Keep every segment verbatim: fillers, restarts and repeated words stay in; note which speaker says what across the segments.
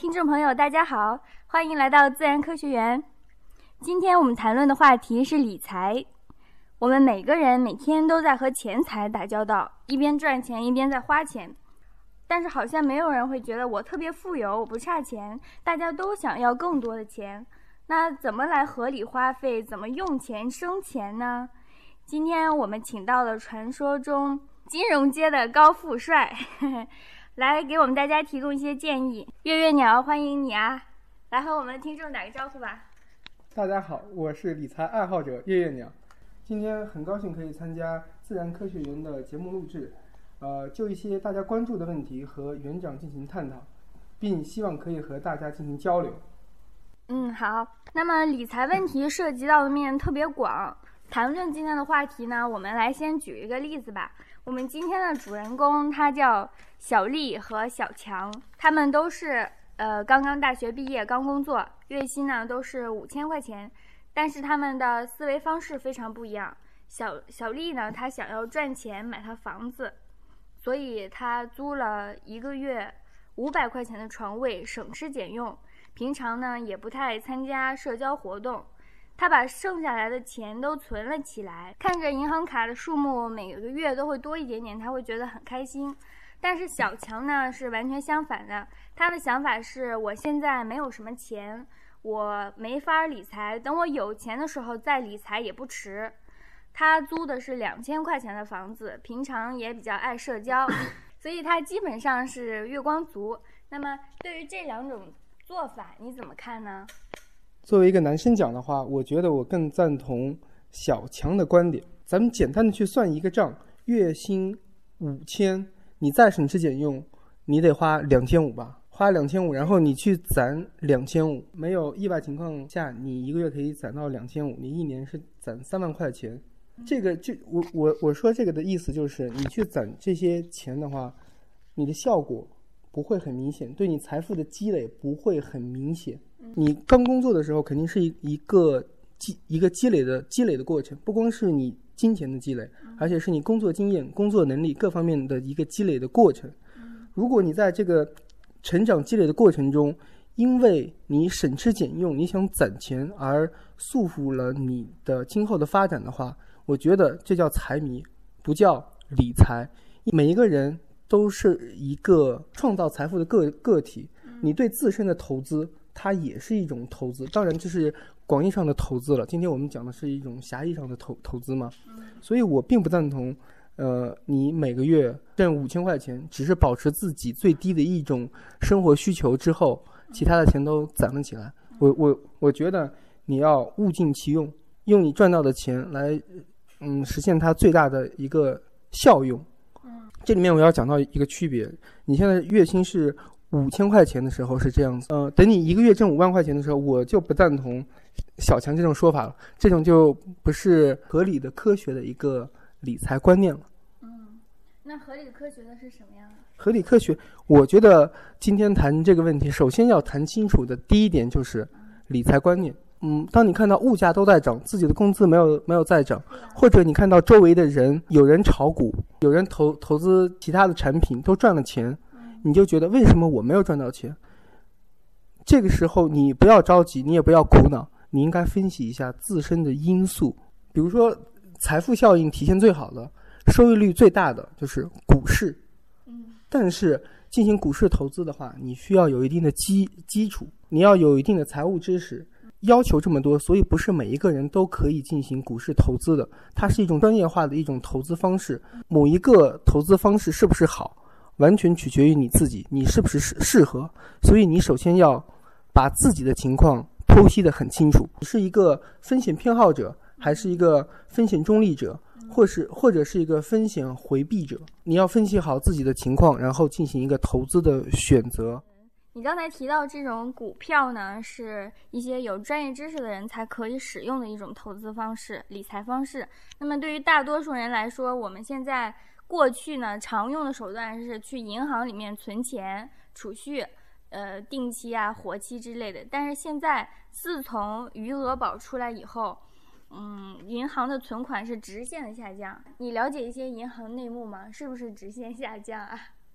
Speaker 1: 听众朋友大家好，欢迎来到自然科学园。今天我们谈论的话题是理财。我们每个人每天都在和钱财打交道，一边赚钱一边在花钱，但是好像没有人会觉得我特别富有，我不差钱，大家都想要更多的钱。那怎么来合理花费，怎么用钱生钱呢？今天我们请到了传说中金融街的高富帅呵呵来给我们大家提供一些建议。月月鸟，欢迎你啊，来和我们的听众打个招呼吧。
Speaker 2: 大家好，我是理财爱好者月月鸟，今天很高兴可以参加自然科学园的节目录制，呃，就一些大家关注的问题和园长进行探讨，并希望可以和大家进行交流。
Speaker 1: 嗯，好。那么理财问题涉及到的面特别广，谈论今天的话题呢，我们来先举一个例子吧。我们今天的主人公他叫小丽和小强，他们都是呃刚刚大学毕业，刚工作，月薪呢都是五千块钱，但是他们的思维方式非常不一样。小小丽呢，她想要赚钱买套房子，所以她租了一个月五百块钱的床位，省吃俭用。平常呢也不太参加社交活动，他把剩下来的钱都存了起来，看着银行卡的数目每个月都会多一点点，他会觉得很开心。但是小强呢是完全相反的，他的想法是我现在没有什么钱，我没法理财，等我有钱的时候再理财也不迟。他租的是两千块钱的房子，平常也比较爱社交，所以他基本上是月光族。那么对于这两种做法你怎么看呢？
Speaker 2: 作为一个男生讲的话，我觉得我更赞同小强的观点。咱们简单的去算一个账，月薪五千，你再省吃俭用，你得花两千五吧，花两千五，然后你去攒两千五，没有意外情况下，你一个月可以攒到两千五，你一年是攒三万块钱。这个就我我我说这个的意思就是，你去攒这些钱的话，你的效果不会很明显，对你财富的积累不会很明显。你刚工作的时候肯定是一个积一个积累的积累的过程，不光是你金钱的积累，而且是你工作经验、工作能力各方面的一个积累的过程。如果你在这个成长积累的过程中，因为你省吃俭用，你想攒钱而束缚了你的今后的发展的话，我觉得这叫财迷，不叫理财。每一个人都是一个创造财富的个个体，你对自身的投资它也是一种投资，当然这是广义上的投资了，今天我们讲的是一种狭义上的投投资嘛。所以我并不赞同呃，你每个月挣五千块钱只是保持自己最低的一种生活需求之后，其他的钱都攒了起来。我我我觉得你要物尽其用，用你赚到的钱来嗯实现它最大的一个效用。这里面我要讲到一个区别，你现在月薪是五千块钱的时候是这样子，呃，等你一个月挣五万块钱的时候，我就不赞同小强这种说法了，这种就不是合理的科学的一个理财观念了。
Speaker 1: 嗯，那合理科学的是什么样的？
Speaker 2: 合理科学，我觉得今天谈这个问题，首先要谈清楚的第一点就是理财观念。嗯，当你看到物价都在涨，自己的工资没有没有在涨，或者你看到周围的人有人炒股，有人投投资其他的产品都赚了钱，你就觉得为什么我没有赚到钱？这个时候你不要着急，你也不要苦恼，你应该分析一下自身的因素。比如说财富效应体现最好的、收益率最大的就是股市。但是进行股市投资的话，你需要有一定的基基础，你要有一定的财务知识。要求这么多，所以不是每一个人都可以进行股市投资的，它是一种专业化的一种投资方式。某一个投资方式是不是好，完全取决于你自己，你是不是适合。所以你首先要把自己的情况剖析得很清楚，你是一个风险偏好者，还是一个风险中立者，或是或者是一个风险回避者。你要分析好自己的情况，然后进行一个投资的选择。
Speaker 1: 你刚才提到这种股票呢，是一些有专业知识的人才可以使用的一种投资方式、理财方式。那么对于大多数人来说，我们现在过去呢常用的手段是去银行里面存钱、储蓄，呃，定期啊、活期之类的。但是现在自从余额宝出来以后，嗯，银行的存款是直线的下降。你了解一些银行内幕吗？是不是直线下降啊？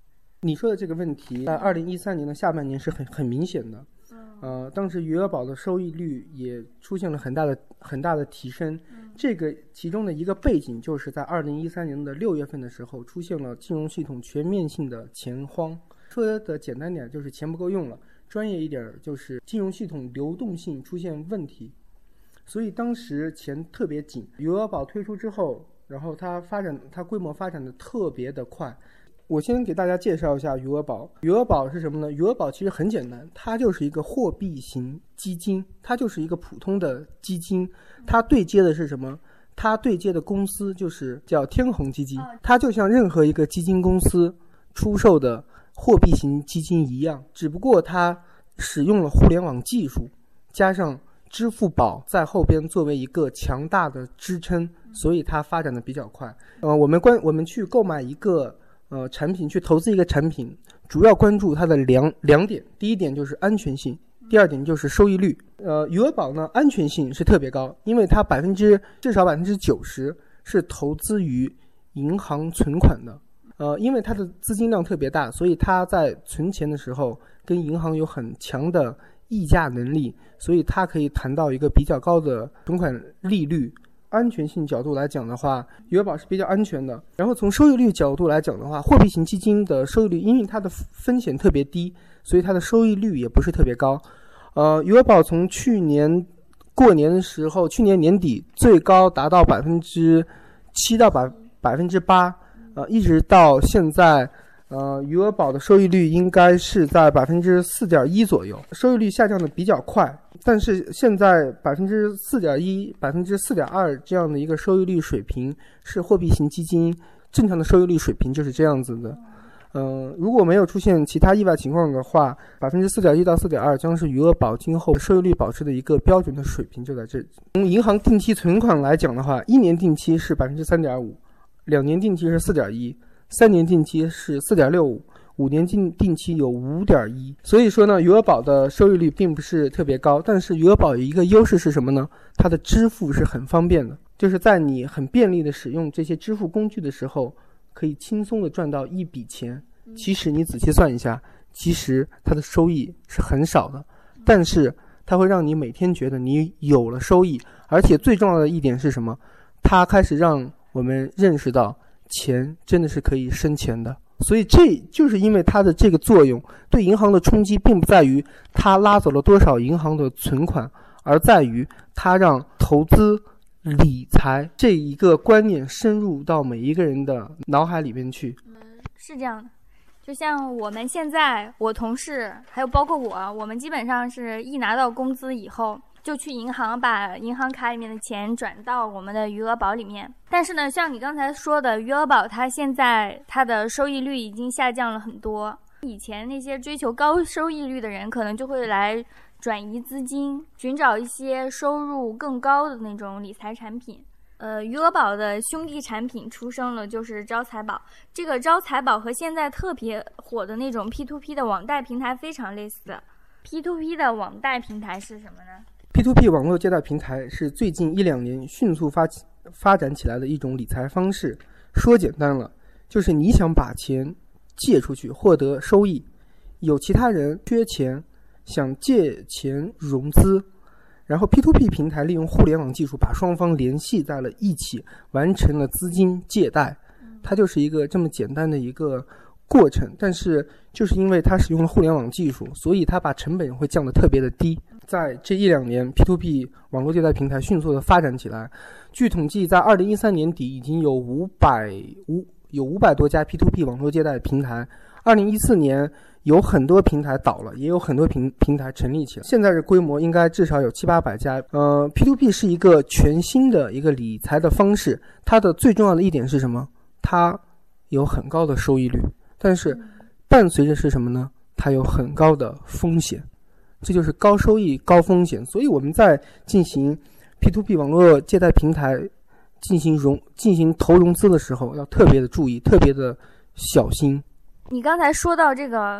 Speaker 2: 你说的这个问题在二零一三年的下半年是很很明显的。呃，当时余额宝的收益率也出现了很大的很大的提升。这个其中的一个背景就是在二零一三年的六月份的时候，出现了金融系统全面性的钱荒。说的简单点就是钱不够用了，专业一点就是金融系统流动性出现问题，所以当时钱特别紧。余额宝推出之后，然后它发展它规模发展的特别的快。我先给大家介绍一下余额宝。余额宝是什么呢？余额宝其实很简单，它就是一个货币型基金，它就是一个普通的基金。它对接的是什么？它对接的公司就是叫天弘基金，它就像任何一个基金公司出售的货币型基金一样，只不过它使用了互联网技术，加上支付宝在后边作为一个强大的支撑，所以它发展的比较快。呃，我们关我们去购买一个呃产品，去投资一个产品，主要关注它的两两点。第一点就是安全性，第二点就是收益率。呃，余额宝呢，安全性是特别高，因为它百分之至少百分之九十是投资于银行存款的。呃，因为它的资金量特别大，所以它在存钱的时候跟银行有很强的议价能力，所以它可以谈到一个比较高的存款利率。安全性角度来讲的话，余额宝是比较安全的。然后从收益率角度来讲的话，货币型基金的收益率因为它的风险特别低，所以它的收益率也不是特别高。呃，余额宝从去年过年的时候，去年年底最高达到百分之七到百百分之八，呃，一直到现在，呃，余额宝的收益率应该是在百分之四点一左右，收益率下降的比较快。但是现在百分之四点一、百分之四点二这样的一个收益率水平是货币型基金正常的收益率水平就是这样子的。嗯、呃，如果没有出现其他意外情况的话，百分之四点一到四点二将是余额宝今后收益率保持的一个标准的水平，就在这里。从银行定期存款来讲的话，一年定期是百分之三点五，两年定期是四点一，三年定期是四点六五。五年定定期有 五点一， 所以说呢，余额宝的收益率并不是特别高，但是余额宝有一个优势是什么呢？它的支付是很方便的，就是在你很便利的使用这些支付工具的时候，可以轻松的赚到一笔钱。其实你仔细算一下，其实它的收益是很少的，但是它会让你每天觉得你有了收益，而且最重要的一点是什么？它开始让我们认识到钱真的是可以生钱的。所以这就是因为它的这个作用，对银行的冲击并不在于它拉走了多少银行的存款，而在于它让投资理财这一个观念深入到每一个人的脑海里面去。
Speaker 1: 嗯，是这样的。就像我们现在，我同事还有包括我，我们基本上是一拿到工资以后就去银行把银行卡里面的钱转到我们的余额宝里面。但是呢，像你刚才说的，余额宝它现在它的收益率已经下降了很多。以前那些追求高收益率的人可能就会来转移资金，寻找一些收入更高的那种理财产品。呃，余额宝的兄弟产品出生了，就是招财宝。这个招财宝和现在特别火的那种 P to P 的网贷平台非常类似的。P to P 的网贷平台是什么呢？
Speaker 2: P to P 网络借贷平台是最近一两年迅速发发展起来的一种理财方式。说简单了，就是你想把钱借出去获得收益，有其他人缺钱想借钱融资，然后 P to P 平台利用互联网技术把双方联系在了一起，完成了资金借贷。它就是一个这么简单的一个过程，但是就是因为它使用了互联网技术，所以它把成本会降得特别的低。在这一两年 P to P 网络借贷平台迅速的发展起来，据统计在二零一三年底已经有五百有五百多家 P to P 网络借贷平台。二零一四年有很多平台倒了，也有很多平平台成立起来，现在的规模应该至少有七八百家。呃 P to P 是一个全新的一个理财的方式，它的最重要的一点是什么？它有很高的收益率，但是伴随着是什么呢？它有很高的风险，这就是高收益高风险。所以我们在进行 P to P 网络借贷平台进行融进行投融资的时候，要特别的注意，特别的小心。
Speaker 1: 你刚才说到这个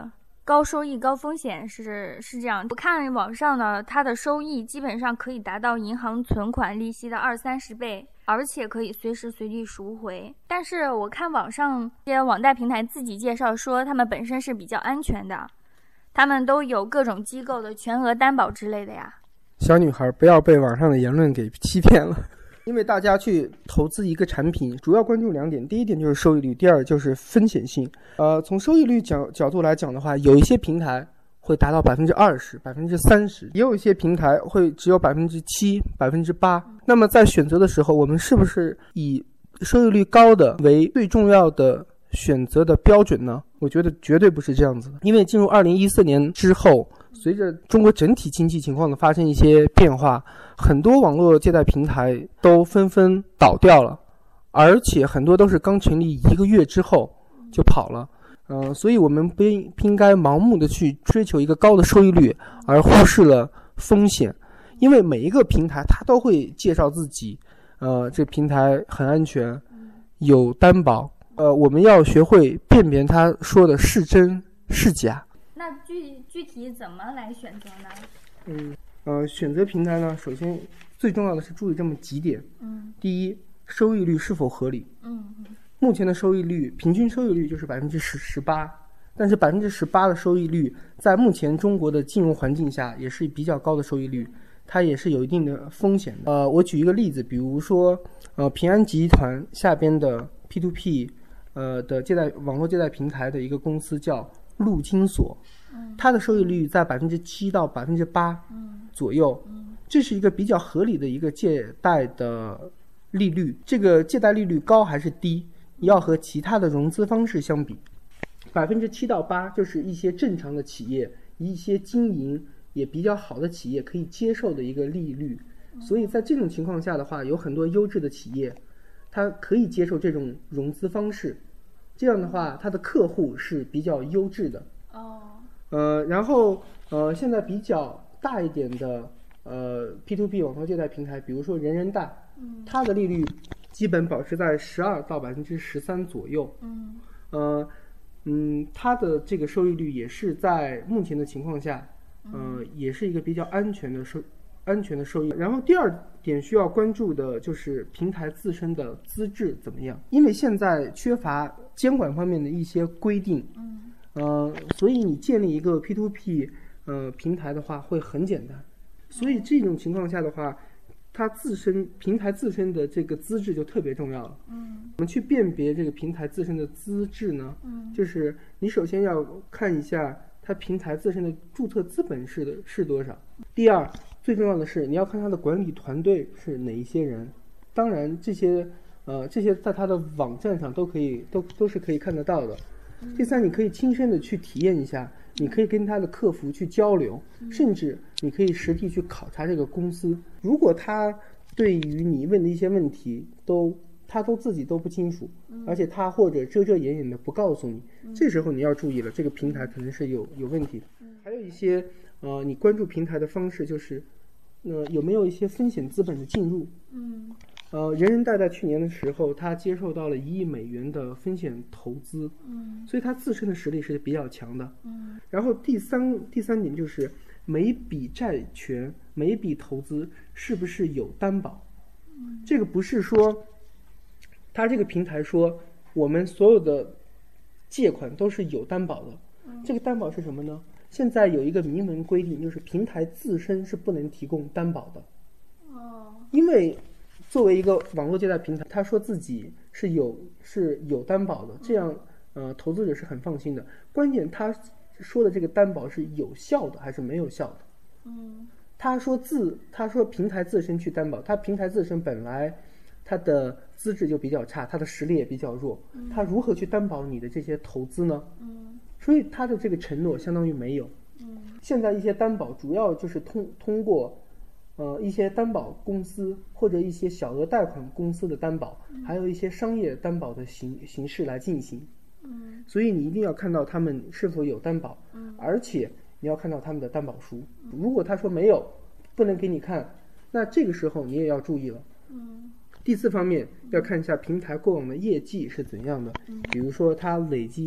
Speaker 1: 高收益高风险是是这样。我看网上呢，它的收益基本上可以达到银行存款利息的二三十倍，而且可以随时随地赎回。但是我看网上这些网贷平台自己介绍说，他们本身是比较安全的，他们都有各种机构的全额担保之类的呀。
Speaker 2: 小女孩不要被网上的言论给欺骗了。因为大家去投资一个产品，主要关注两点，第一点就是收益率，第二就是风险性。呃，从收益率角角度来讲的话，有一些平台会达到百分之二十、百分之三十，也有一些平台会只有百分之七、百分之八。那么在选择的时候，我们是不是以收益率高的为最重要的选择的标准呢？我觉得绝对不是这样子的。因为进入二零一四年之后，随着中国整体经济情况的发生一些变化，很多网络借贷平台都纷纷倒掉了，而且很多都是刚成立一个月之后就跑了。呃，所以我们不应该盲目的去追求一个高的收益率，而忽视了风险。因为每一个平台它都会介绍自己，呃，这平台很安全，有担保。呃，我们要学会辨别他说的是真是假。
Speaker 1: 那具具体怎么来选择呢？
Speaker 2: 嗯，呃，选择平台呢，首先最重要的是注意这么几点。嗯，第一，收益率是否合理？嗯，目前的收益率，平均收益率就是百分之十十八，但是百分之十八的收益率，在目前中国的金融环境下，也是比较高的收益率，它也是有一定的风险的。呃，我举一个例子，比如说，呃，平安集团下边的 P to P， 呃的借贷网络借贷平台的一个公司叫陆金所。它的收益率在百分之七到百分之八左右，这是一个比较合理的一个借贷的利率。这个借贷利率高还是低，要和其他的融资方式相比。百分之七到八就是一些正常的企业，一些经营也比较好的企业可以接受的一个利率。所以在这种情况下的话，有很多优质的企业，它可以接受这种融资方式。这样的话，它的客户是比较优质的。哦。呃，然后呃，现在比较大一点的呃 P to P 网络借贷平台，比如说人人贷，嗯，它的利率基本保持在十二到百分之十三左右。嗯，呃，嗯，它的这个收益率也是在目前的情况下，呃，也是一个比较安全的收安全的收益。然后第二点需要关注的就是平台自身的资质怎么样，因为现在缺乏监管方面的一些规定。嗯。呃，所以你建立一个 P to P 呃平台的话会很简单，所以这种情况下的话，它自身平台自身的这个资质就特别重要了。嗯，我们去辨别这个平台自身的资质呢，嗯，就是你首先要看一下它平台自身的注册资本是的是多少。第二，最重要的是你要看它的管理团队是哪一些人。当然，这些呃这些在它的网站上都可以都都是可以看得到的。第三，你可以亲身的去体验一下，你可以跟他的客服去交流，甚至你可以实地去考察这个公司。如果他对于你问的一些问题都他都自己都不清楚，而且他或者遮遮掩掩的不告诉你，这时候你要注意了，这个平台可能是有有问题的。还有一些呃，你关注平台的方式就是，呃，有没有一些风险资本的进入？嗯。呃，人人贷在去年的时候，他接受到了一亿美元的风险投资，嗯，所以他自身的实力是比较强的，嗯。然后第三第三点就是每笔债权、每笔投资是不是有担保？嗯，这个不是说他这个平台说我们所有的借款都是有担保的，嗯，这个担保是什么呢？现在有一个明文规定，就是平台自身是不能提供担保的，哦，因为作为一个网络借贷平台，他说自己是有是有担保的，这样呃投资者是很放心的。关键他说的这个担保是有效的还是没有效的？嗯，他说自他说平台自身去担保，他平台自身本来他的资质就比较差，他的实力也比较弱，他如何去担保你的这些投资呢？嗯，所以他的这个承诺相当于没有。嗯，现在一些担保主要就是通通过。呃，一些担保公司或者一些小额贷款公司的担保，还有一些商业担保的形形式来进行。嗯，所以你一定要看到他们是否有担保，嗯，而且你要看到他们的担保书。如果他说没有，不能给你看，那这个时候你也要注意了。嗯，第四方面要看一下平台过往的业绩是怎样的，比如说它累积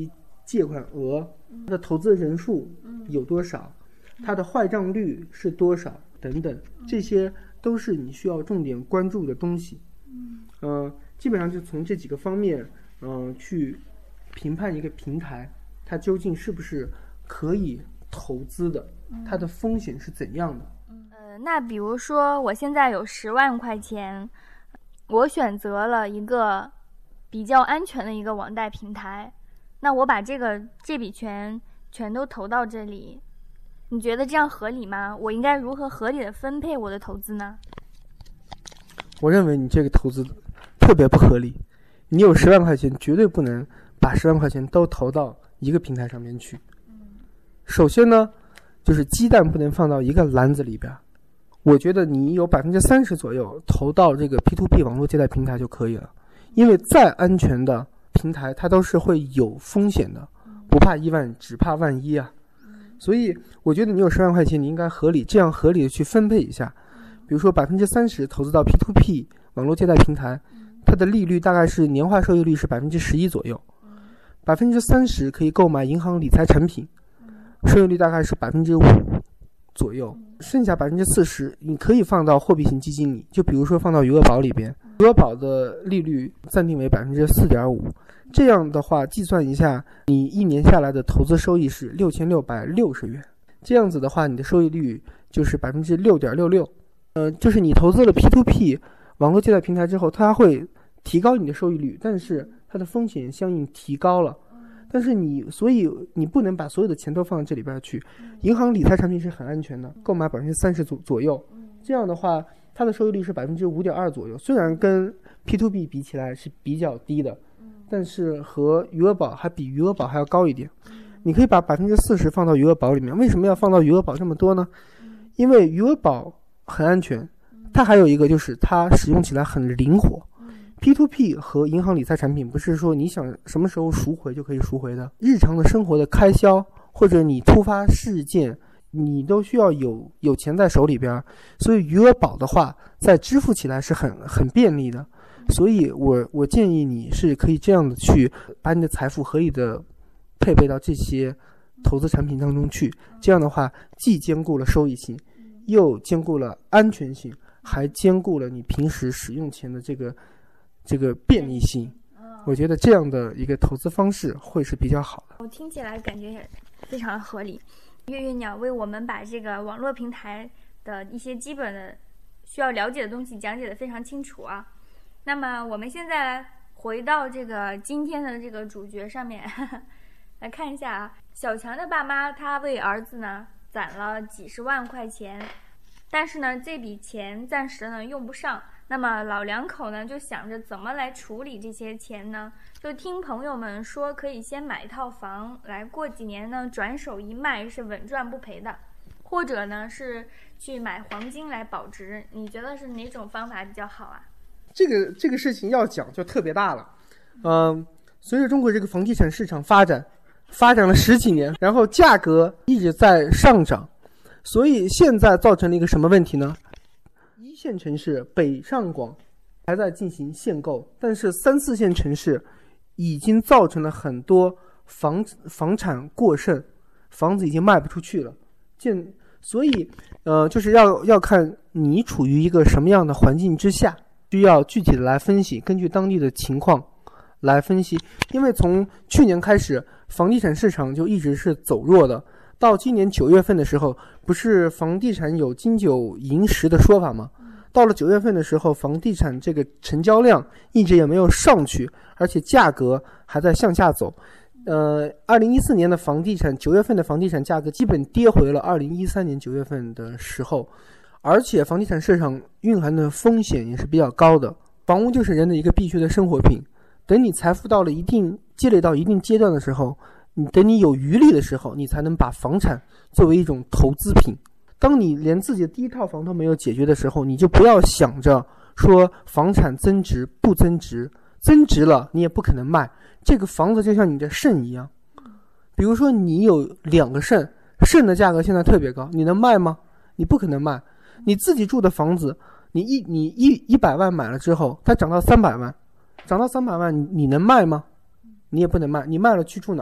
Speaker 2: 借款额、它的投资人数有多少、它的坏账率是多少等等，这些都是你需要重点关注的东西。呃，基本上就从这几个方面，嗯、呃，去评判一个平台它究竟是不是可以投资的，它的风险是怎样的。
Speaker 1: 呃，那比如说我现在有十万块钱，我选择了一个比较安全的一个网贷平台，那我把这个这笔钱全都投到这里，你觉得这样合理吗？我应该如何合理的分配我的投资呢？
Speaker 2: 我认为你这个投资特别不合理，你有十万块钱，绝对不能把十万块钱都投到一个平台上面去。首先呢，就是鸡蛋不能放到一个篮子里边。我觉得你有百分之三十左右投到这个 P to P 网络借贷平台就可以了，因为再安全的平台它都是会有风险的，不怕一万只怕万一啊。所以我觉得你有十万块钱，你应该合理这样合理的去分配一下。比如说百分之三十投资到 P to P 网络借贷平台，它的利率大概是年化收益率是百分之十一左右，百分之三十可以购买银行理财产品，收益率大概是百分之五左右，剩下百分之四十你可以放到货币型基金里，就比如说放到余额宝里边，余额宝的利率暂定为百分之四点五，这样的话计算一下，你一年下来的投资收益是六千六百六十元，这样子的话，你的收益率就是百分之六点六六。呃，就是你投资了 P to P 网络借贷平台之后，它会提高你的收益率，但是它的风险相应提高了。但是你，所以你不能把所有的钱都放在这里边去。银行理财产品是很安全的，购买百分之三十左左右，这样的话，它的收益率是百分之五点二左右。虽然跟 P to P 比起来是比较低的，但是和余额宝还比余额宝还要高一点。你可以把百分之四十放到余额宝里面。为什么要放到余额宝这么多呢？因为余额宝很安全，它还有一个就是它使用起来很灵活。P to P 和银行理财产品不是说你想什么时候赎回就可以赎回的，日常的生活的开销或者你突发事件，你都需要有有钱在手里边，所以余额宝的话在支付起来是很很便利的。所以我我建议你是可以这样的去把你的财富合理的配备到这些投资产品当中去，这样的话既兼顾了收益性，又兼顾了安全性，还兼顾了你平时使用钱的这个这个便利性。我觉得这样的一个投资方式会是比较好的。
Speaker 1: 我听起来感觉也非常合理。月月鸟为我们把这个网络平台的一些基本的需要了解的东西讲解得非常清楚啊。那么我们现在回到这个今天的这个主角上面呵呵来看一下啊，小强的爸妈他为儿子呢攒了几十万块钱，但是呢这笔钱暂时呢用不上。那么老两口呢就想着怎么来处理这些钱呢，就听朋友们说可以先买一套房，来过几年呢转手一卖是稳赚不赔的，或者呢是去买黄金来保值。你觉得是哪种方法比较好啊？
Speaker 2: 这个这个事情要讲就特别大了。嗯、呃，随着中国这个房地产市场发展发展了十几年，然后价格一直在上涨，所以现在造成了一个什么问题呢？一线城市北上广还在进行限购，但是三四线城市已经造成了很多房房产过剩，房子已经卖不出去了。建所以呃，就是要要看你处于一个什么样的环境之下，需要具体的来分析，根据当地的情况来分析。因为从去年开始，房地产市场就一直是走弱的。到今年九月份的时候，不是房地产有金九银十的说法吗？到了九月份的时候，房地产这个成交量一直也没有上去，而且价格还在向下走。呃，二零一四年的房地产九月份的房地产价格基本跌回了二零一三年九月份的时候，而且房地产市场蕴含的风险也是比较高的。房屋就是人的一个必须的生活品，等你财富到了一定积累到一定阶段的时候，你等你有余力的时候，你才能把房产作为一种投资品。当你连自己的第一套房都没有解决的时候，你就不要想着说房产增值不增值，增值了你也不可能卖。这个房子就像你的肾一样，比如说你有两个肾，肾的价格现在特别高，你能卖吗？你不可能卖。你自己住的房子，你一你一一百万买了之后，它涨到三百万，涨到三百万，你你能卖吗？你也不能卖，你卖了去住哪儿？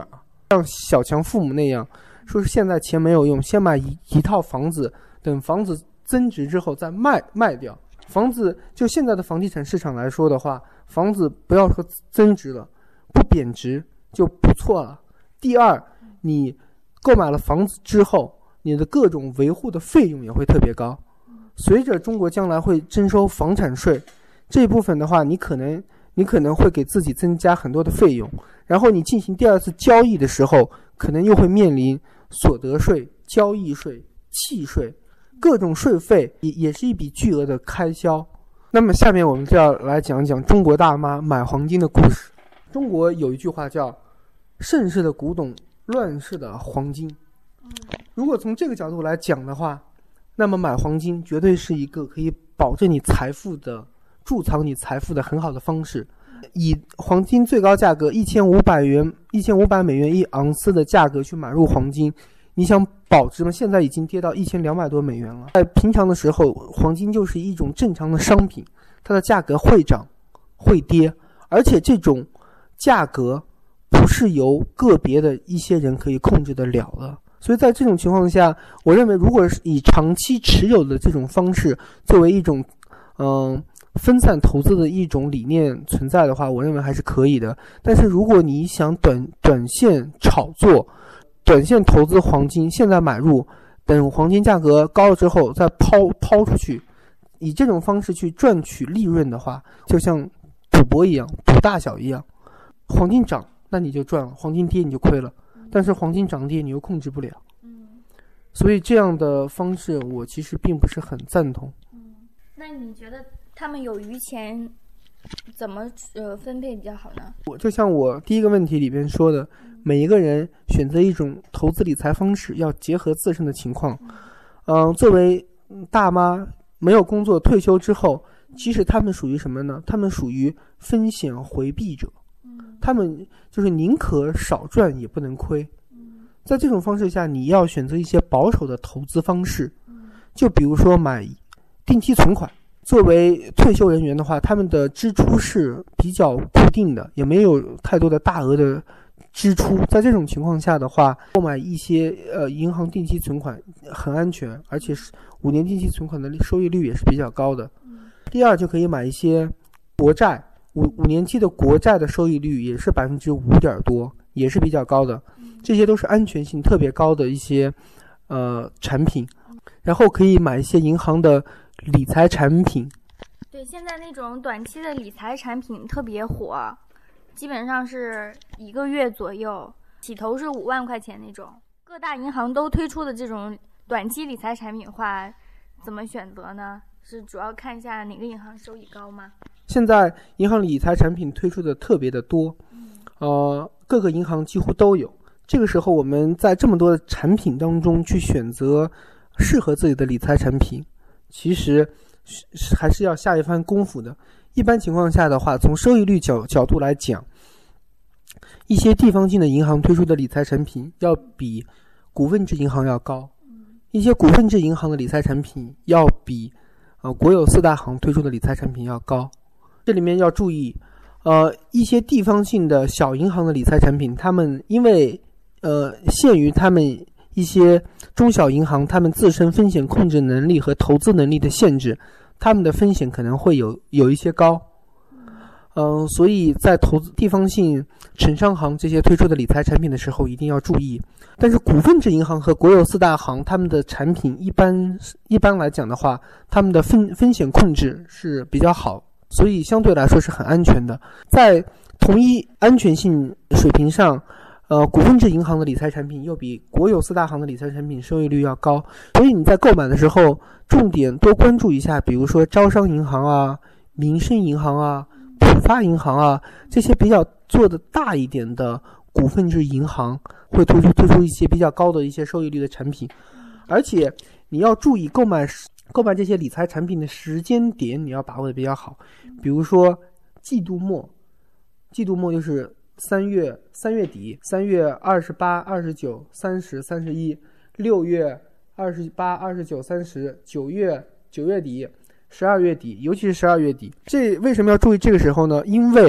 Speaker 2: 像小强父母那样，说是现在钱没有用，先买一一套房子，等房子增值之后再卖卖掉。房子就现在的房地产市场来说的话，房子不要说增值了，不贬值就不错了。第二，你购买了房子之后，你的各种维护的费用也会特别高。随着中国将来会征收房产税，这一部分的话，你可能你可能会给自己增加很多的费用，然后你进行第二次交易的时候，可能又会面临所得税、交易税、契税，各种税费也也是一笔巨额的开销。那么下面我们就要来讲讲中国大妈买黄金的故事。中国有一句话叫盛世的古董，乱世的黄金。如果从这个角度来讲的话，那么买黄金绝对是一个可以保证你财富的贮藏你财富的很好的方式。以黄金最高价格一千五百元一千五百美元一盎司的价格去买入黄金，你想保值吗？现在已经跌到一千两百多美元了。在平常的时候，黄金就是一种正常的商品，它的价格会涨会跌，而且这种价格不是由个别的一些人可以控制得了的。所以在这种情况下，我认为如果是以长期持有的这种方式作为一种嗯分散投资的一种理念存在的话，我认为还是可以的。但是如果你想短短线炒作，短线投资黄金，现在买入，等黄金价格高了之后再抛抛出去，以这种方式去赚取利润的话，就像赌博一样，赌大小一样。黄金涨那你就赚了，黄金跌你就亏了，但是黄金涨跌你又控制不了。所以这样的方式我其实并不是很赞同。
Speaker 1: 那你觉得他们有余钱怎么呃分配比较好呢？
Speaker 2: 我就像我第一个问题里边说的，每一个人选择一种投资理财方式要结合自身的情况。嗯、呃，作为大妈没有工作退休之后，其实他们属于什么呢？他们属于风险回避者，他们就是宁可少赚也不能亏。在这种方式下，你要选择一些保守的投资方式，就比如说买定期存款。作为退休人员的话，他们的支出是比较固定的，也没有太多的大额的支出。在这种情况下的话，购买一些呃银行定期存款很安全，而且是五年定期存款的收益率也是比较高的。第二，就可以买一些国债，五五年期的国债的收益率也是百分之五点多，也是比较高的。这些都是安全性特别高的一些呃产品。然后可以买一些银行的理财产品。
Speaker 1: 对，现在那种短期的理财产品特别火，基本上是一个月左右，起头是五万块钱那种。各大银行都推出的这种短期理财产品的话，怎么选择呢？是主要看一下哪个银行收益高吗？
Speaker 2: 现在银行理财产品推出的特别的多，呃，各个银行几乎都有。这个时候我们在这么多的产品当中去选择适合自己的理财产品，其实还是要下一番功夫的。一般情况下的话，从收益率角角度来讲，一些地方性的银行推出的理财产品要比股份制银行要高，一些股份制银行的理财产品要比呃国有四大行推出的理财产品要高。这里面要注意，呃，一些地方性的小银行的理财产品，他们因为呃限于他们一些中小银行他们自身风险控制能力和投资能力的限制，他们的风险可能会有有一些高。嗯、呃，所以在投资地方性城商行这些推出的理财产品的时候一定要注意。但是股份制银行和国有四大行他们的产品一般一般来讲的话，他们的风风险控制是比较好，所以相对来说是很安全的。在同一安全性水平上，呃，股份制银行的理财产品又比国有四大行的理财产品收益率要高，所以你在购买的时候重点多关注一下，比如说招商银行啊、民生银行啊、浦发银行啊，这些比较做的大一点的股份制银行会推出推出一些比较高的一些收益率的产品。而且你要注意购买购买这些理财产品的时间点，你要把握的比较好。比如说季度末，季度末就是三月三月底，三月二十八、二十九、三十、三十一，六月二十八、二十九、三十，九月九月底，十二月底，尤其是十二月底。这为什么要注意这个时候呢？因为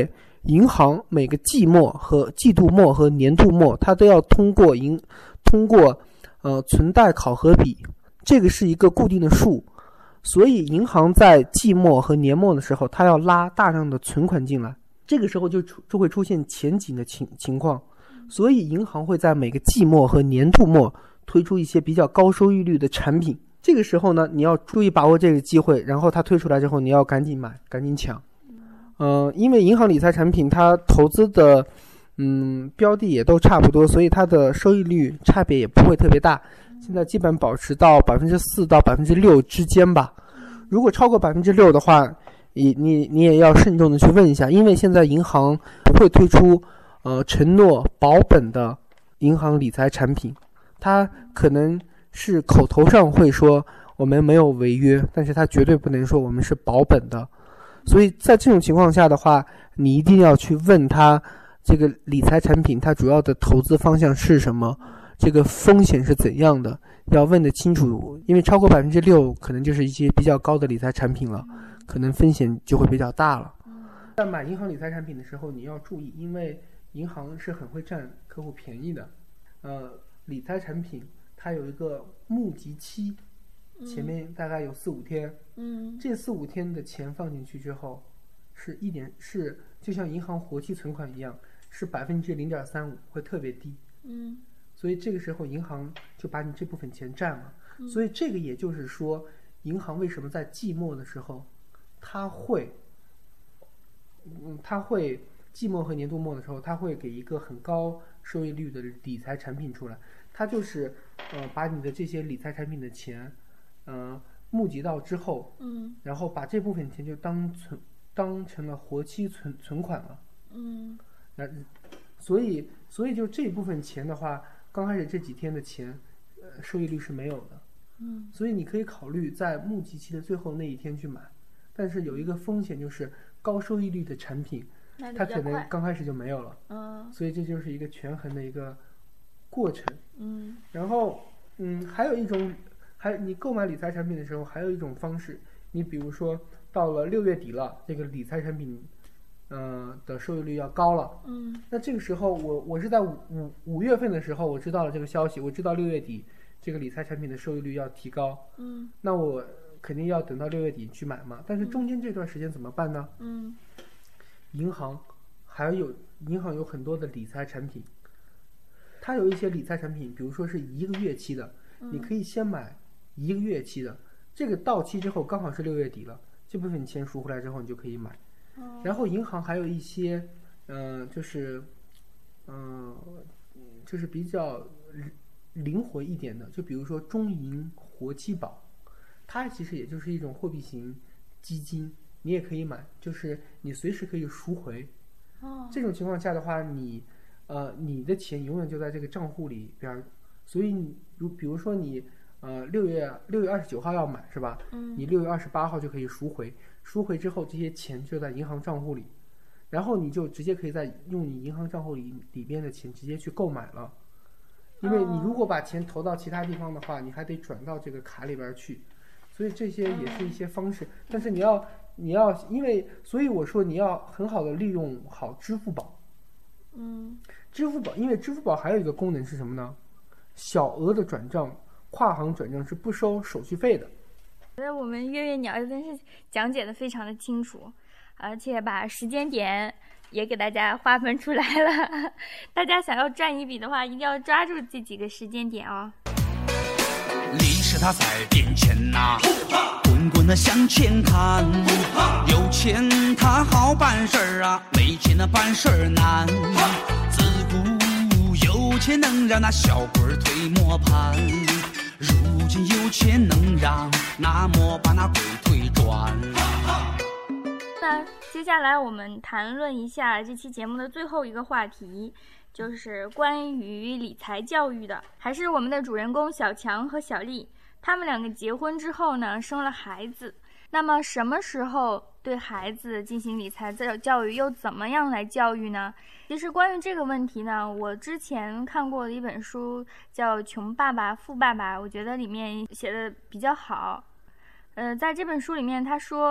Speaker 2: 银行每个季末和季度末和年度末，它都要通过银通过呃存贷考核比，这个是一个固定的数，所以银行在季末和年末的时候，它要拉大量的存款进来，这个时候就出就会出现前景的情情况，所以银行会在每个季末和年度末推出一些比较高收益率的产品。这个时候呢，你要注意把握这个机会，然后它推出来之后，你要赶紧买，赶紧抢。嗯、呃，因为银行理财产品它投资的嗯标的也都差不多，所以它的收益率差别也不会特别大。现在基本保持到百分之四到百分之六之间吧。如果超过百分之六的话，你你你也要慎重的去问一下，因为现在银行不会推出呃承诺保本的银行理财产品，它可能是口头上会说我们没有违约，但是它绝对不能说我们是保本的。所以在这种情况下的话，你一定要去问他这个理财产品它主要的投资方向是什么，这个风险是怎样的，要问得清楚，因为超过百分之六可能就是一些比较高的理财产品了，可能风险就会比较大了。在买银行理财产品的时候，你要注意，因为银行是很会占客户便宜的。呃，理财产品它有一个募集期，前面大概有四五天，嗯，这四五天的钱放进去之后，是一点是就像银行活期存款一样，是百分之零点三五，会特别低，嗯，所以这个时候银行就把你这部分钱占了，嗯，所以这个也就是说，银行为什么在季末的时候，它会，嗯，它会季末和年度末的时候，它会给一个很高收益率的理财产品出来，它就是呃把你的这些理财产品的钱，呃募集到之后，嗯，然后把这部分钱就当存当成了活期存存款了，嗯，那所以所以就这部分钱的话，刚开始这几天的钱，呃收益率是没有的，嗯，所以你可以考虑在募集期的最后那一天去买，但是有一个风险就是高收益率的产品，它可能刚开始就没有了，嗯，所以这就是一个权衡的一个过程，嗯，然后嗯还有一种。还你购买理财产品的时候，还有一种方式，你比如说到了六月底了，这个理财产品，呃的收益率要高了，嗯，那这个时候我我是在五五五月份的时候，我知道了这个消息，我知道六月底这个理财产品的收益率要提高，嗯，那我肯定要等到六月底去买嘛，但是中间这段时间怎么办呢？嗯，银行还有银行有很多的理财产品，它有一些理财产品，比如说是一个月期的，你可以先买一个月期的，这个到期之后刚好是六月底了，这部分钱赎回来之后你就可以买。哦、然后银行还有一些，嗯、呃，就是，嗯、呃，就是比较灵活一点的，就比如说中银活期保，它其实也就是一种货币型基金，你也可以买，就是你随时可以赎回。哦、这种情况下的话，你，呃，你的钱永远就在这个账户里边，所以你如比如说你。呃，六月六月二十九号要买是吧？嗯，你六月二十八号就可以赎回，赎回之后这些钱就在银行账户里，然后你就直接可以在用你银行账户里里边的钱直接去购买了，因为你如果把钱投到其他地方的话，你还得转到这个卡里边去，所以这些也是一些方式，但是你要你要因为所以我说你要很好的利用好支付宝，嗯，支付宝因为支付宝还有一个功能是什么呢？小额的转账。跨行转账是不收手续费的。
Speaker 1: 觉得我们月月鸟真是讲解的非常的清楚，而且把时间点也给大家划分出来了。大家想要赚一笔的话，一定要抓住这几个时间点哦。
Speaker 3: 历史它在变迁呐、啊，滚滚的向前看。有钱它好办事儿啊，没钱的办事儿难。自古有钱能让那小鬼推磨盘。如今有钱能让那么把那鬼推转。
Speaker 1: 那接下来我们谈论一下这期节目的最后一个话题，就是关于理财教育的。还是我们的主人公小强和小丽，他们两个结婚之后呢，生了孩子。那么什么时候对孩子进行理财教育，又怎么样来教育呢？其实关于这个问题呢，我之前看过的一本书叫《穷爸爸富爸爸》，我觉得里面写的比较好。呃，在这本书里面他说，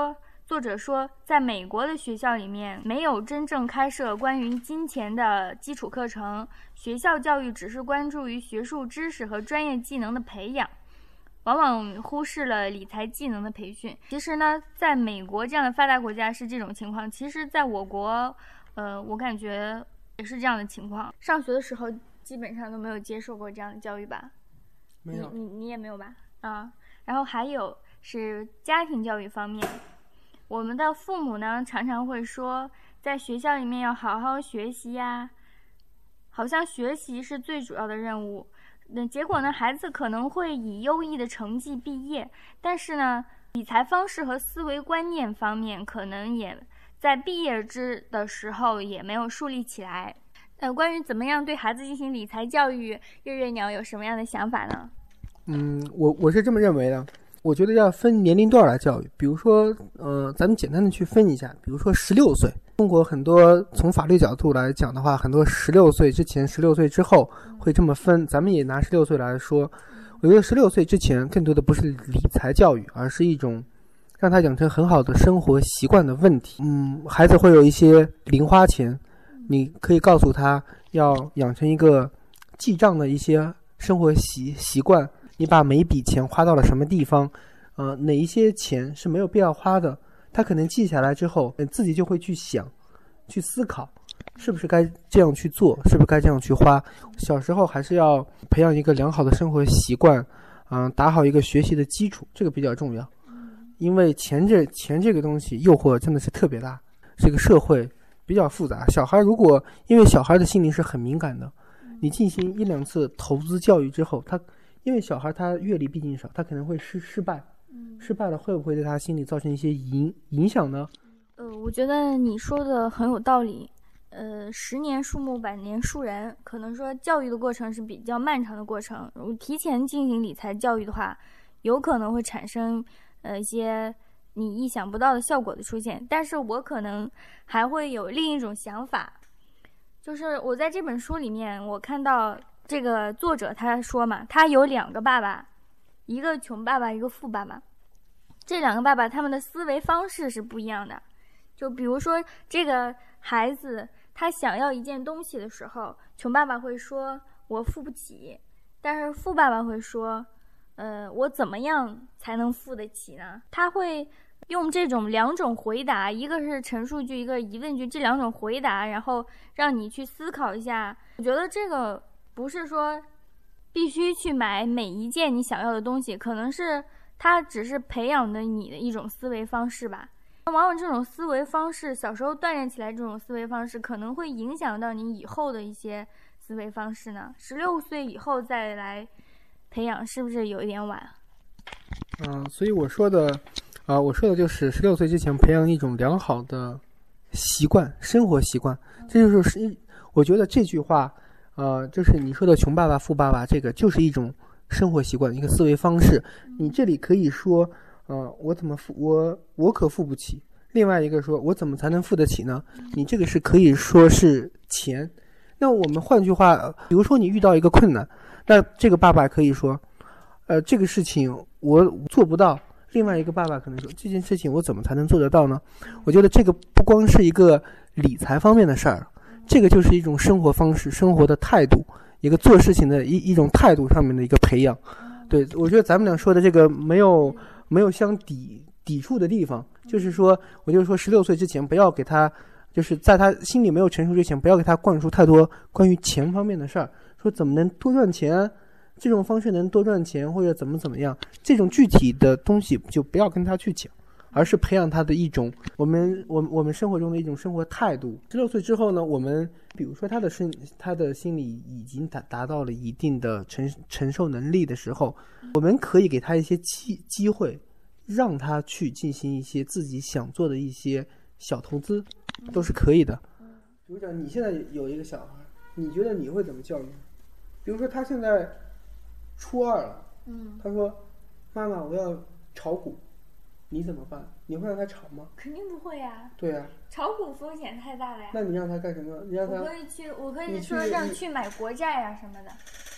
Speaker 1: 作者说，在美国的学校里面没有真正开设关于金钱的基础课程，学校教育只是关注于学术知识和专业技能的培养，往往忽视了理财技能的培训。其实呢，在美国这样的发达国家是这种情况，其实在我国呃，我感觉也是这样的情况。上学的时候基本上都没有接受过这样的教育吧？
Speaker 2: 没有。
Speaker 1: 你你你也没有吧？啊，然后还有是家庭教育方面，我们的父母呢常常会说，在学校里面要好好学习呀，好像学习是最主要的任务。那结果呢，孩子可能会以优异的成绩毕业，但是呢，理财方式和思维观念方面可能也在毕业之的时候也没有树立起来。呃，关于怎么样对孩子进行理财教育，月月鸟有什么样的想法呢？
Speaker 2: 嗯，我我是这么认为的。我觉得要分年龄段来教育，比如说，呃，咱们简单的去分一下，比如说十六岁，中国很多从法律角度来讲的话，很多十六岁之前、十六岁之后会这么分。咱们也拿十六岁来说，我觉得十六岁之前更多的不是理财教育，而是一种让他养成很好的生活习惯的问题。嗯，孩子会有一些零花钱，你可以告诉他要养成一个记账的一些生活习习惯。你把每一笔钱花到了什么地方，呃，哪一些钱是没有必要花的，他可能记下来之后，自己就会去想，去思考，是不是该这样去做，是不是该这样去花。小时候还是要培养一个良好的生活习惯，嗯、呃，打好一个学习的基础，这个比较重要。因为钱这钱这个东西诱惑真的是特别大，这个社会比较复杂。小孩如果因为小孩的心灵是很敏感的，你进行一两次投资教育之后，他因为小孩他阅历毕竟少，他可能会失失败，失败了会不会对他心理造成一些影影响呢？
Speaker 1: 呃，我觉得你说的很有道理。呃，十年树木，百年树人，可能说教育的过程是比较漫长的过程。如果提前进行理财教育的话，有可能会产生呃一些你意想不到的效果的出现。但是我可能还会有另一种想法，就是我在这本书里面，我看到这个作者他说嘛，他有两个爸爸，一个穷爸爸，一个富爸爸。这两个爸爸他们的思维方式是不一样的。就比如说这个孩子他想要一件东西的时候，穷爸爸会说我付不起，但是富爸爸会说呃，我怎么样才能付得起呢？他会用这种两种回答，一个是陈述句，一个疑问句，这两种回答，然后让你去思考一下。我觉得这个不是说必须去买每一件你想要的东西，可能是它只是培养的你的一种思维方式吧。往往这种思维方式小时候锻炼起来，这种思维方式可能会影响到你以后的一些思维方式呢。十六岁以后再来培养是不是有一点晚？
Speaker 2: 嗯、呃，所以我说的啊、呃，我说的就是十六岁之前培养一种良好的习惯，生活习惯。这就是我觉得这句话呃，就是你说的穷爸爸富爸爸，这个就是一种生活习惯，一个思维方式。你这里可以说呃，我怎么付我我可付不起，另外一个说我怎么才能付得起呢？你这个是可以说是钱。那我们换句话，比如说你遇到一个困难，那这个爸爸可以说呃，这个事情我做不到，另外一个爸爸可能说这件事情我怎么才能做得到呢？我觉得这个不光是一个理财方面的事儿，这个就是一种生活方式，生活的态度，一个做事情的一一种态度上面的一个培养。对，我觉得咱们俩说的这个没有没有相抵抵触的地方，就是说我就是说十六岁之前不要给他，就是在他心里没有成熟之前，不要给他灌输太多关于钱方面的事儿，说怎么能多赚钱，这种方式能多赚钱，或者怎么怎么样，这种具体的东西就不要跟他去讲，而是培养他的一种我们我们我们生活中的一种生活态度。十六岁之后呢，我们比如说他的身他的心理已经达达到了一定的承承受能力的时候，我们可以给他一些机机会，让他去进行一些自己想做的一些小投资，都是可以的。组长，你现在有一个小孩，你觉得你会怎么教育？比如说他现在初二了，
Speaker 1: 嗯，
Speaker 2: 他说妈妈我要炒股，你怎么办？你会让他炒吗？
Speaker 1: 肯定不会呀。
Speaker 2: 对呀、啊，
Speaker 1: 炒股风险太大了呀。
Speaker 2: 那你让他干什么？你让他，
Speaker 1: 我可以去，我可以
Speaker 2: 你
Speaker 1: 说
Speaker 2: 去
Speaker 1: 让去买国债呀、啊、什么的。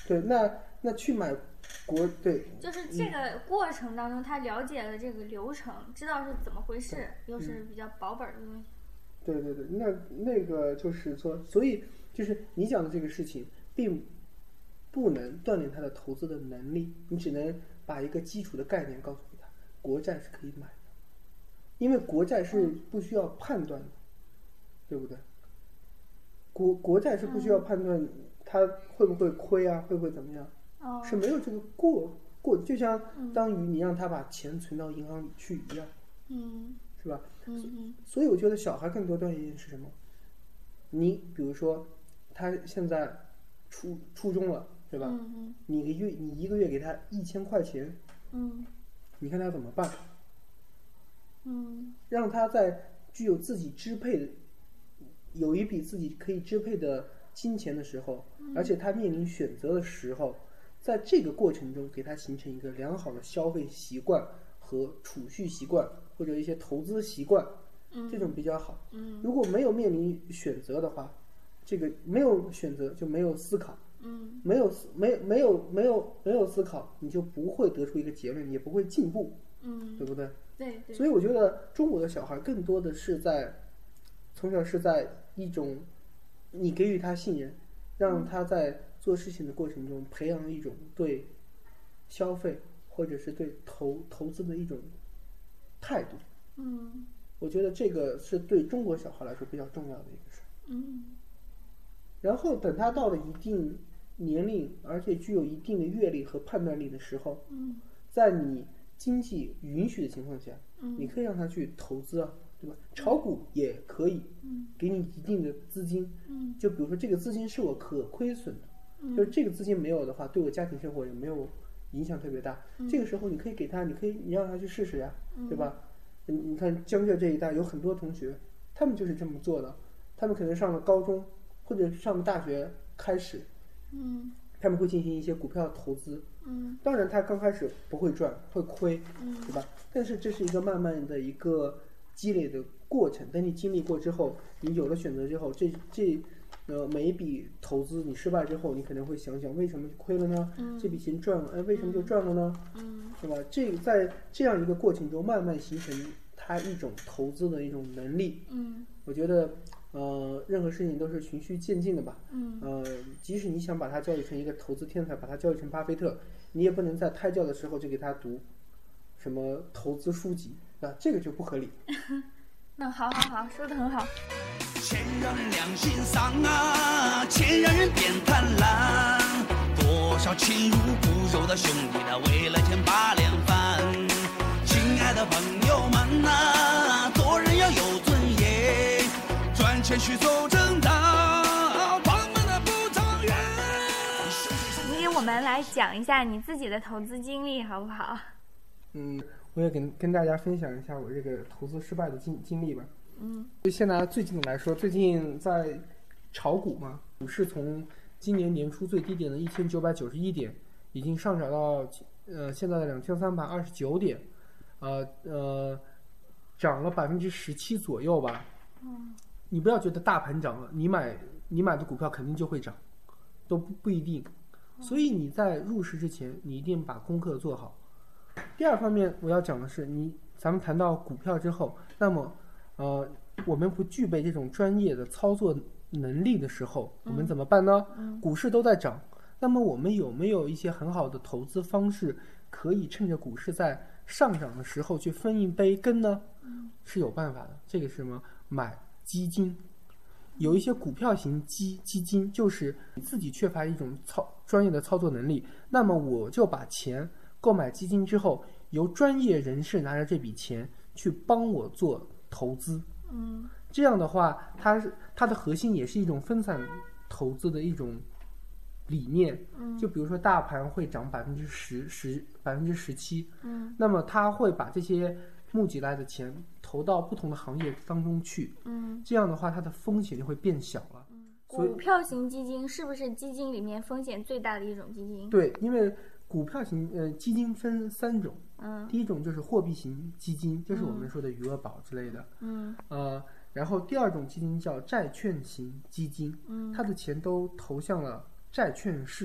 Speaker 2: 对，那那去买国对，
Speaker 1: 就是这个过程当中，他了解了这个流程，知道是怎么回事，又是比较保本的东西。
Speaker 2: 对对对，那那个就是说，所以就是你讲的这个事情，并不能锻炼他的投资的能力，你只能把一个基础的概念告诉他，国债是可以买的，因为国债是不需要判断的，嗯、对不对？国国债是不需要判断它会不会亏啊，会不会怎么样，
Speaker 1: 哦、
Speaker 2: 是没有这个过过，就像当于你让他把钱存到银行里去一样，
Speaker 1: 嗯，
Speaker 2: 是吧？
Speaker 1: 嗯嗯。
Speaker 2: 所以我觉得小孩更多锻炼是什么？你比如说，他现在初初中了，对吧？
Speaker 1: 嗯嗯。
Speaker 2: 你个月你一个月给他一千块钱，
Speaker 1: 嗯，
Speaker 2: 你看他怎么办？
Speaker 1: 嗯，
Speaker 2: 让他在具有自己支配的，有一笔自己可以支配的金钱的时候，
Speaker 1: 嗯、
Speaker 2: 而且他面临选择的时候，在这个过程中给他形成一个良好的消费习惯和储蓄习惯，或者一些投资习惯，
Speaker 1: 嗯，
Speaker 2: 这种比较好。
Speaker 1: 嗯，
Speaker 2: 如果没有面临选择的话，这个没有选择就没有思考，
Speaker 1: 嗯，
Speaker 2: 没有没没有没有没有思考，你就不会得出一个结论，也不会进步，
Speaker 1: 嗯，
Speaker 2: 对不对？
Speaker 1: 对对。
Speaker 2: 所以我觉得中国的小孩更多的是在从小是在一种你给予他信任，让他在做事情的过程中培养一种对消费或者是对投投资的一种态度。
Speaker 1: 嗯，
Speaker 2: 我觉得这个是对中国小孩来说比较重要的一个事。
Speaker 1: 嗯，
Speaker 2: 然后等他到了一定年龄，而且具有一定的阅历和判断力的时候，
Speaker 1: 嗯，
Speaker 2: 在你经济允许的情况下，
Speaker 1: 嗯，
Speaker 2: 你可以让他去投资啊，对吧？炒股也可以，
Speaker 1: 嗯，
Speaker 2: 给你一定的资金，
Speaker 1: 嗯，
Speaker 2: 就比如说这个资金是我可亏损的，
Speaker 1: 嗯，
Speaker 2: 就是这个资金没有的话，对我家庭生活也没有影响特别大。
Speaker 1: 嗯，
Speaker 2: 这个时候你可以给他，你可以你让他去试试呀，
Speaker 1: 嗯，
Speaker 2: 对吧？你你看江浙这一带有很多同学，他们就是这么做的，他们可能上了高中或者上了大学开始，
Speaker 1: 嗯，
Speaker 2: 他们会进行一些股票投资，
Speaker 1: 嗯，
Speaker 2: 当然他刚开始不会赚，会亏，
Speaker 1: 嗯，
Speaker 2: 对吧？但是这是一个慢慢的一个积累的过程，等你经历过之后，你有了选择之后，这这呃每一笔投资你失败之后，你可能会想想为什么亏了呢？
Speaker 1: 嗯，
Speaker 2: 这笔钱赚了，哎，为什么就赚了呢？
Speaker 1: 嗯，
Speaker 2: 对吧？这在这样一个过程中，慢慢形成他一种投资的一种能力。
Speaker 1: 嗯，
Speaker 2: 我觉得呃，任何事情都是循序渐进的吧。
Speaker 1: 嗯，
Speaker 2: 呃，即使你想把他教育成一个投资天才，把他教育成巴菲特，你也不能在胎教的时候就给他读什么投资书籍，啊，这个就不合理。
Speaker 1: 那好好好，说得很好。
Speaker 3: 钱让人良心丧啊，钱让人变贪婪。多少亲如骨肉的兄弟，他为了钱把脸翻。亲爱的朋友们啊，做人要有尊严，赚钱去走正道，我们的不长远。
Speaker 1: 你给我们来讲一下你自己的投资经历好不好？
Speaker 2: 嗯，我也跟跟大家分享一下我这个投资失败的经经历吧。
Speaker 1: 嗯，
Speaker 2: 就现在最近来说，最近在炒股嘛，股市从今年年初最低点的一千九百九十一点，已经上涨到呃现在的两千三百二十九点，呃呃，涨了百分之十七左右吧。
Speaker 1: 嗯，
Speaker 2: 你不要觉得大盘涨了，你买你买的股票肯定就会涨，都不不一定。所以你在入市之前，你一定把功课做好。第二方面我要讲的是，你咱们谈到股票之后，那么呃我们不具备这种专业的操作能力的时候，我们怎么办呢？
Speaker 1: 嗯，
Speaker 2: 股市都在涨，那么我们有没有一些很好的投资方式，可以趁着股市在上涨的时候去分一杯羹呢？
Speaker 1: 嗯，
Speaker 2: 是有办法的。这个是什么？买基金。有一些股票型基基金，就是你自己缺乏一种操专业的操作能力，那么我就把钱购买基金之后，由专业人士拿着这笔钱去帮我做投资。
Speaker 1: 嗯，
Speaker 2: 这样的话，它是它的核心也是一种分散投资的一种理念。
Speaker 1: 嗯，
Speaker 2: 就比如说大盘会涨百分之十十百分之十七，
Speaker 1: 嗯，
Speaker 2: 那么他会把这些募集来的钱投到不同的行业当中去。
Speaker 1: 嗯，
Speaker 2: 这样的话，它的风险就会变小了。
Speaker 1: 嗯，
Speaker 2: 所以
Speaker 1: 股票型基金是不是基金里面风险最大的一种基金？
Speaker 2: 对，因为股票型呃基金分三种。
Speaker 1: 嗯，
Speaker 2: 第一种就是货币型基金，就是我们说的余额宝之类的。
Speaker 1: 嗯，
Speaker 2: 呃，然后第二种基金叫债券型基金，
Speaker 1: 嗯，
Speaker 2: 它的钱都投向了债券市场。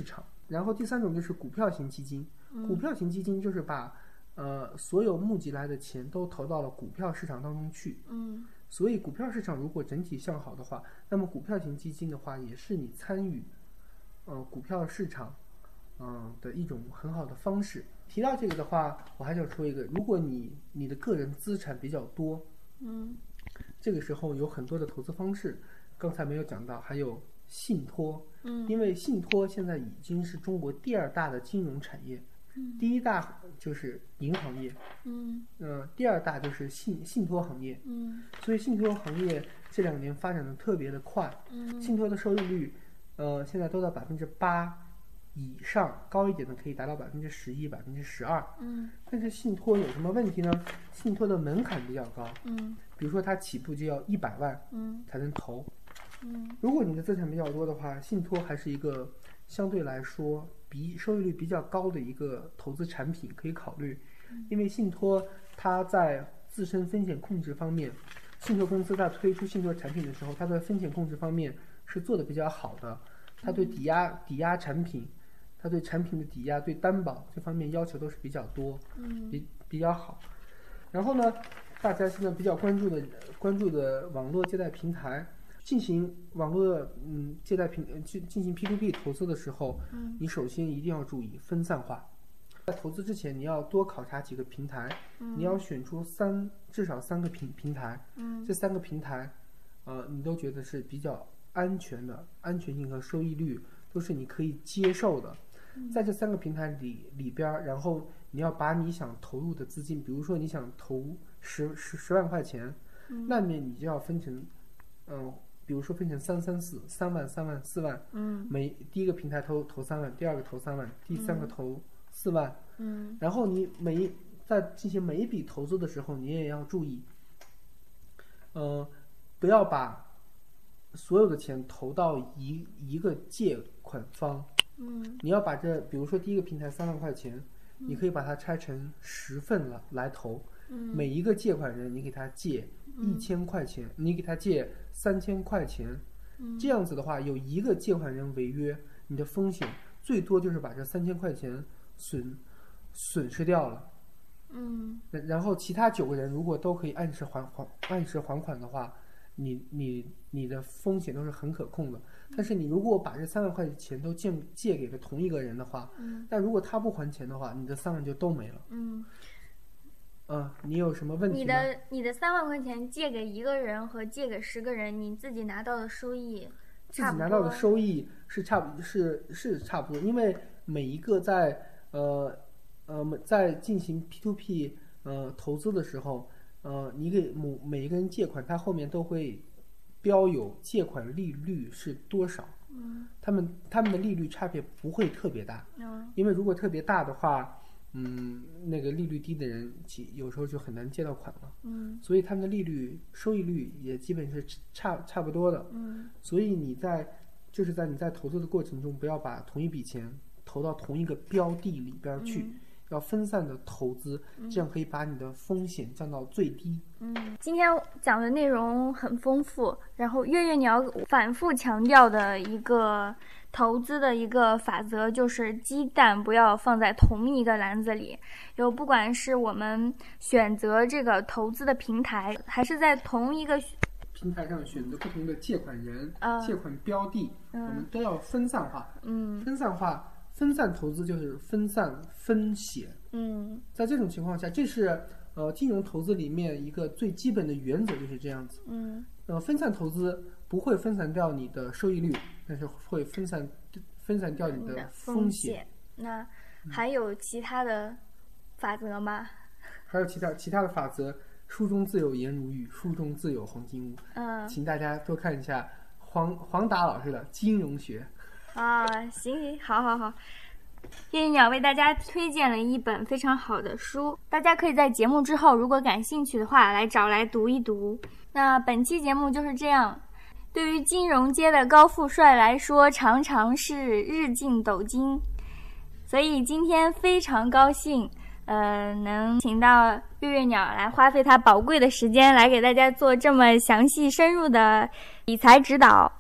Speaker 2: 然后第三种就是股票型基金，股票型基金就是把呃所有募集来的钱都投到了股票市场当中去。
Speaker 1: 嗯，
Speaker 2: 所以股票市场如果整体向好的话，那么股票型基金的话也是你参与呃股票市场嗯、呃、的一种很好的方式。提到这个的话，我还想说一个，如果你你的个人资产比较多，
Speaker 1: 嗯，
Speaker 2: 这个时候有很多的投资方式，刚才没有讲到，还有信托。
Speaker 1: 嗯，
Speaker 2: 因为信托现在已经是中国第二大的金融产业，
Speaker 1: 嗯，
Speaker 2: 第一大就是银行业，
Speaker 1: 嗯，
Speaker 2: 呃，第二大就是信信托行业，
Speaker 1: 嗯，
Speaker 2: 所以信托行业这两年发展的特别的快，
Speaker 1: 嗯，
Speaker 2: 信托的收益率，呃，现在都到百分之八以上，高一点的可以达到百分之十一、百分之十二。
Speaker 1: 嗯，
Speaker 2: 但是信托有什么问题呢？信托的门槛比较高，
Speaker 1: 嗯，
Speaker 2: 比如说它起步就要一百万，
Speaker 1: 嗯，
Speaker 2: 才能投。
Speaker 1: 嗯，
Speaker 2: 如果你的资产比较多的话，信托还是一个相对来说比收益率比较高的一个投资产品，可以考虑。因为信托它在自身风险控制方面，信托公司在推出信托产品的时候，它在风险控制方面是做的比较好的。它对抵押抵押产品，它对产品的抵押、对担保这方面要求都是比较多，
Speaker 1: 嗯，
Speaker 2: 比比较好。然后呢，大家现在比较关注的关注的网络借贷平台。进行网络嗯借贷平进进行 P to P 投资的时候，
Speaker 1: 嗯，
Speaker 2: 你首先一定要注意分散化。在投资之前，你要多考察几个平台，
Speaker 1: 嗯，
Speaker 2: 你要选出三至少三个平平台，
Speaker 1: 嗯，
Speaker 2: 这三个平台，呃，你都觉得是比较安全的，安全性和收益率都是你可以接受的。
Speaker 1: 嗯，在
Speaker 2: 这三个平台里里边，然后你要把你想投入的资金，比如说你想投十十十万块钱，
Speaker 1: 嗯，
Speaker 2: 那么你就要分成，嗯、呃。比如说分成三三四，三万、三万、四万，
Speaker 1: 嗯，
Speaker 2: 每第一个平台投投三万，第二个投三万，第三个投四万，
Speaker 1: 嗯，
Speaker 2: 然后你每一在进行每一笔投资的时候，你也要注意，呃，不要把所有的钱投到一一个借款方，
Speaker 1: 嗯，
Speaker 2: 你要把这，比如说第一个平台三万块钱，嗯，你可以把它拆成十份了来投，
Speaker 1: 嗯，
Speaker 2: 每一个借款人你给他借一千块钱，嗯，你给他借三千块钱，
Speaker 1: 嗯，这
Speaker 2: 样子的话，有一个借款人违约，你的风险最多就是把这三千块钱损损失掉了，
Speaker 1: 嗯，
Speaker 2: 然后其他九个人如果都可以按时还还按时还款的话，你你你的风险都是很可控的。但是你如果把这三万块钱都借借给了同一个人的话，
Speaker 1: 嗯，
Speaker 2: 那如果他不还钱的话，你的三万就都没了。
Speaker 1: 嗯。
Speaker 2: 嗯，你有什么问题吗？
Speaker 1: 你的你的三万块钱借给一个人和借给十个人，你自己拿到的收益
Speaker 2: 自己拿到的收益是差不是是差不多，因为每一个在呃呃在进行 P to P 呃投资的时候，呃你给每每一个人借款，他后面都会标有借款利率是多少，
Speaker 1: 嗯，
Speaker 2: 他们他们的利率差别不会特别大，
Speaker 1: 嗯，
Speaker 2: 因为如果特别大的话。嗯，那个利率低的人，其有时候就很难借到款了。
Speaker 1: 嗯，
Speaker 2: 所以他们的利率收益率也基本是差差不多的。
Speaker 1: 嗯，
Speaker 2: 所以你在就是在你在投资的过程中，不要把同一笔钱投到同一个标的里边去，
Speaker 1: 嗯，
Speaker 2: 要分散的投资，这样可以把你的风险降到最低。
Speaker 1: 嗯，今天讲的内容很丰富，然后月月鸟反复强调的一个。投资的一个法则就是鸡蛋不要放在同一个篮子里，有不管是我们选择这个投资的平台，还是在同一个
Speaker 2: 平台上选择不同的借款人、
Speaker 1: 呃、
Speaker 2: 借款标的，
Speaker 1: 嗯，
Speaker 2: 我们都要分散化。
Speaker 1: 嗯，
Speaker 2: 分散化、分散投资就是分散风险。
Speaker 1: 嗯，
Speaker 2: 在这种情况下，这是呃金融投资里面一个最基本的原则，就是这样子。
Speaker 1: 嗯，
Speaker 2: 呃，分散投资不会分散掉你的收益率，但是会分散分散掉你的风险。
Speaker 1: 那还有其他的法则吗？
Speaker 2: 还有其他其他的法则，书中自有颜如玉，书中自有黄金屋。
Speaker 1: 嗯，
Speaker 2: 请大家多看一下黄黄达老师的金融学。
Speaker 1: 啊，行行，好好好。月鸟为大家推荐了一本非常好的书，大家可以在节目之后，如果感兴趣的话，来找来读一读。那本期节目就是这样。对于金融街的高富帅来说，常常是日进斗金，所以今天非常高兴，呃，能请到月月鸟来花费他宝贵的时间来给大家做这么详细深入的理财指导。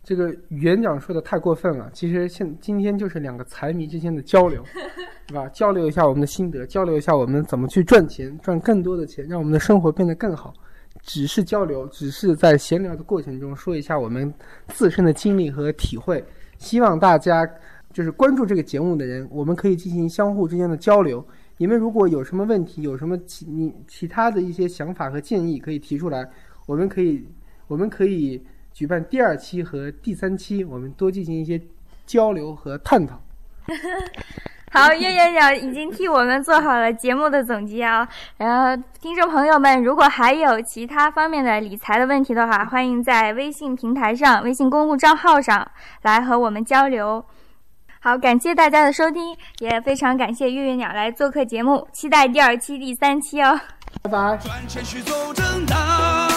Speaker 2: 这个语言长说的太过分了，其实现今天就是两个财迷之间的交流，对吧？交流一下我们的心得，交流一下我们怎么去赚钱，赚更多的钱，让我们的生活变得更好。只是交流，只是在闲聊的过程中说一下我们自身的经历和体会。希望大家就是关注这个节目的人，我们可以进行相互之间的交流。你们如果有什么问题，有什么其你其他的一些想法和建议，可以提出来，我们可以我们可以举办第二期和第三期，我们多进行一些交流和探讨。
Speaker 1: 好，月月鸟已经替我们做好了节目的总结啊。然后，听众朋友们，如果还有其他方面的理财的问题的话，欢迎在微信平台上、微信公共账号上来和我们交流。好，感谢大家的收听，也非常感谢月月鸟来做客节目，期待第二期、第三期哦。
Speaker 2: 拜拜。
Speaker 3: 赚钱去走正道。